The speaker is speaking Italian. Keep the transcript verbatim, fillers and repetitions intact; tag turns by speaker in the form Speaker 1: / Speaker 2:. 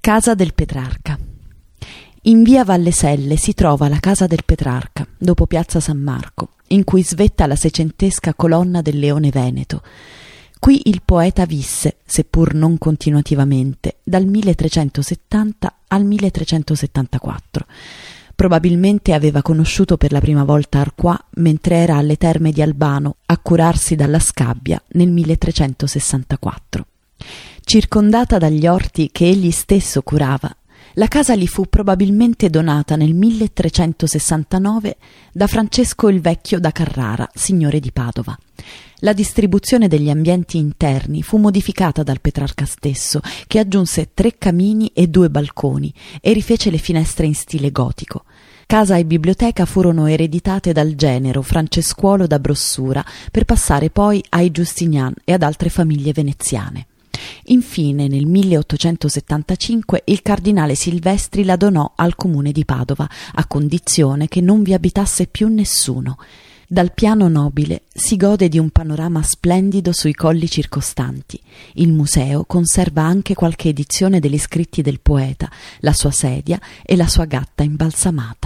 Speaker 1: Casa del Petrarca. In via Valleselle si trova la Casa del Petrarca, dopo piazza San Marco, in cui svetta la seicentesca colonna del Leone Veneto. Qui il poeta visse, seppur non continuativamente, dal milletrecentosettanta al milletrecentosettantaquattro. Probabilmente aveva conosciuto per la prima volta Arquà mentre era alle Terme di Albano a curarsi dalla scabbia nel milletrecentosessantaquattro. Circondata dagli orti che egli stesso curava, la casa gli fu probabilmente donata nel milletrecentosessantanove da Francesco il Vecchio da Carrara, signore di Padova. La distribuzione degli ambienti interni fu modificata dal Petrarca stesso, che aggiunse tre camini e due balconi e rifece le finestre in stile gotico. Casa e biblioteca furono ereditate dal genero francescuolo da Brossura per passare poi ai Giustinian e ad altre famiglie veneziane. Infine, nel milleottocentosettantacinque, il cardinale Silvestri la donò al comune di Padova, a condizione che non vi abitasse più nessuno. Dal piano nobile si gode di un panorama splendido sui colli circostanti. Il museo conserva anche qualche edizione degli scritti del poeta, la sua sedia e la sua gatta imbalsamata.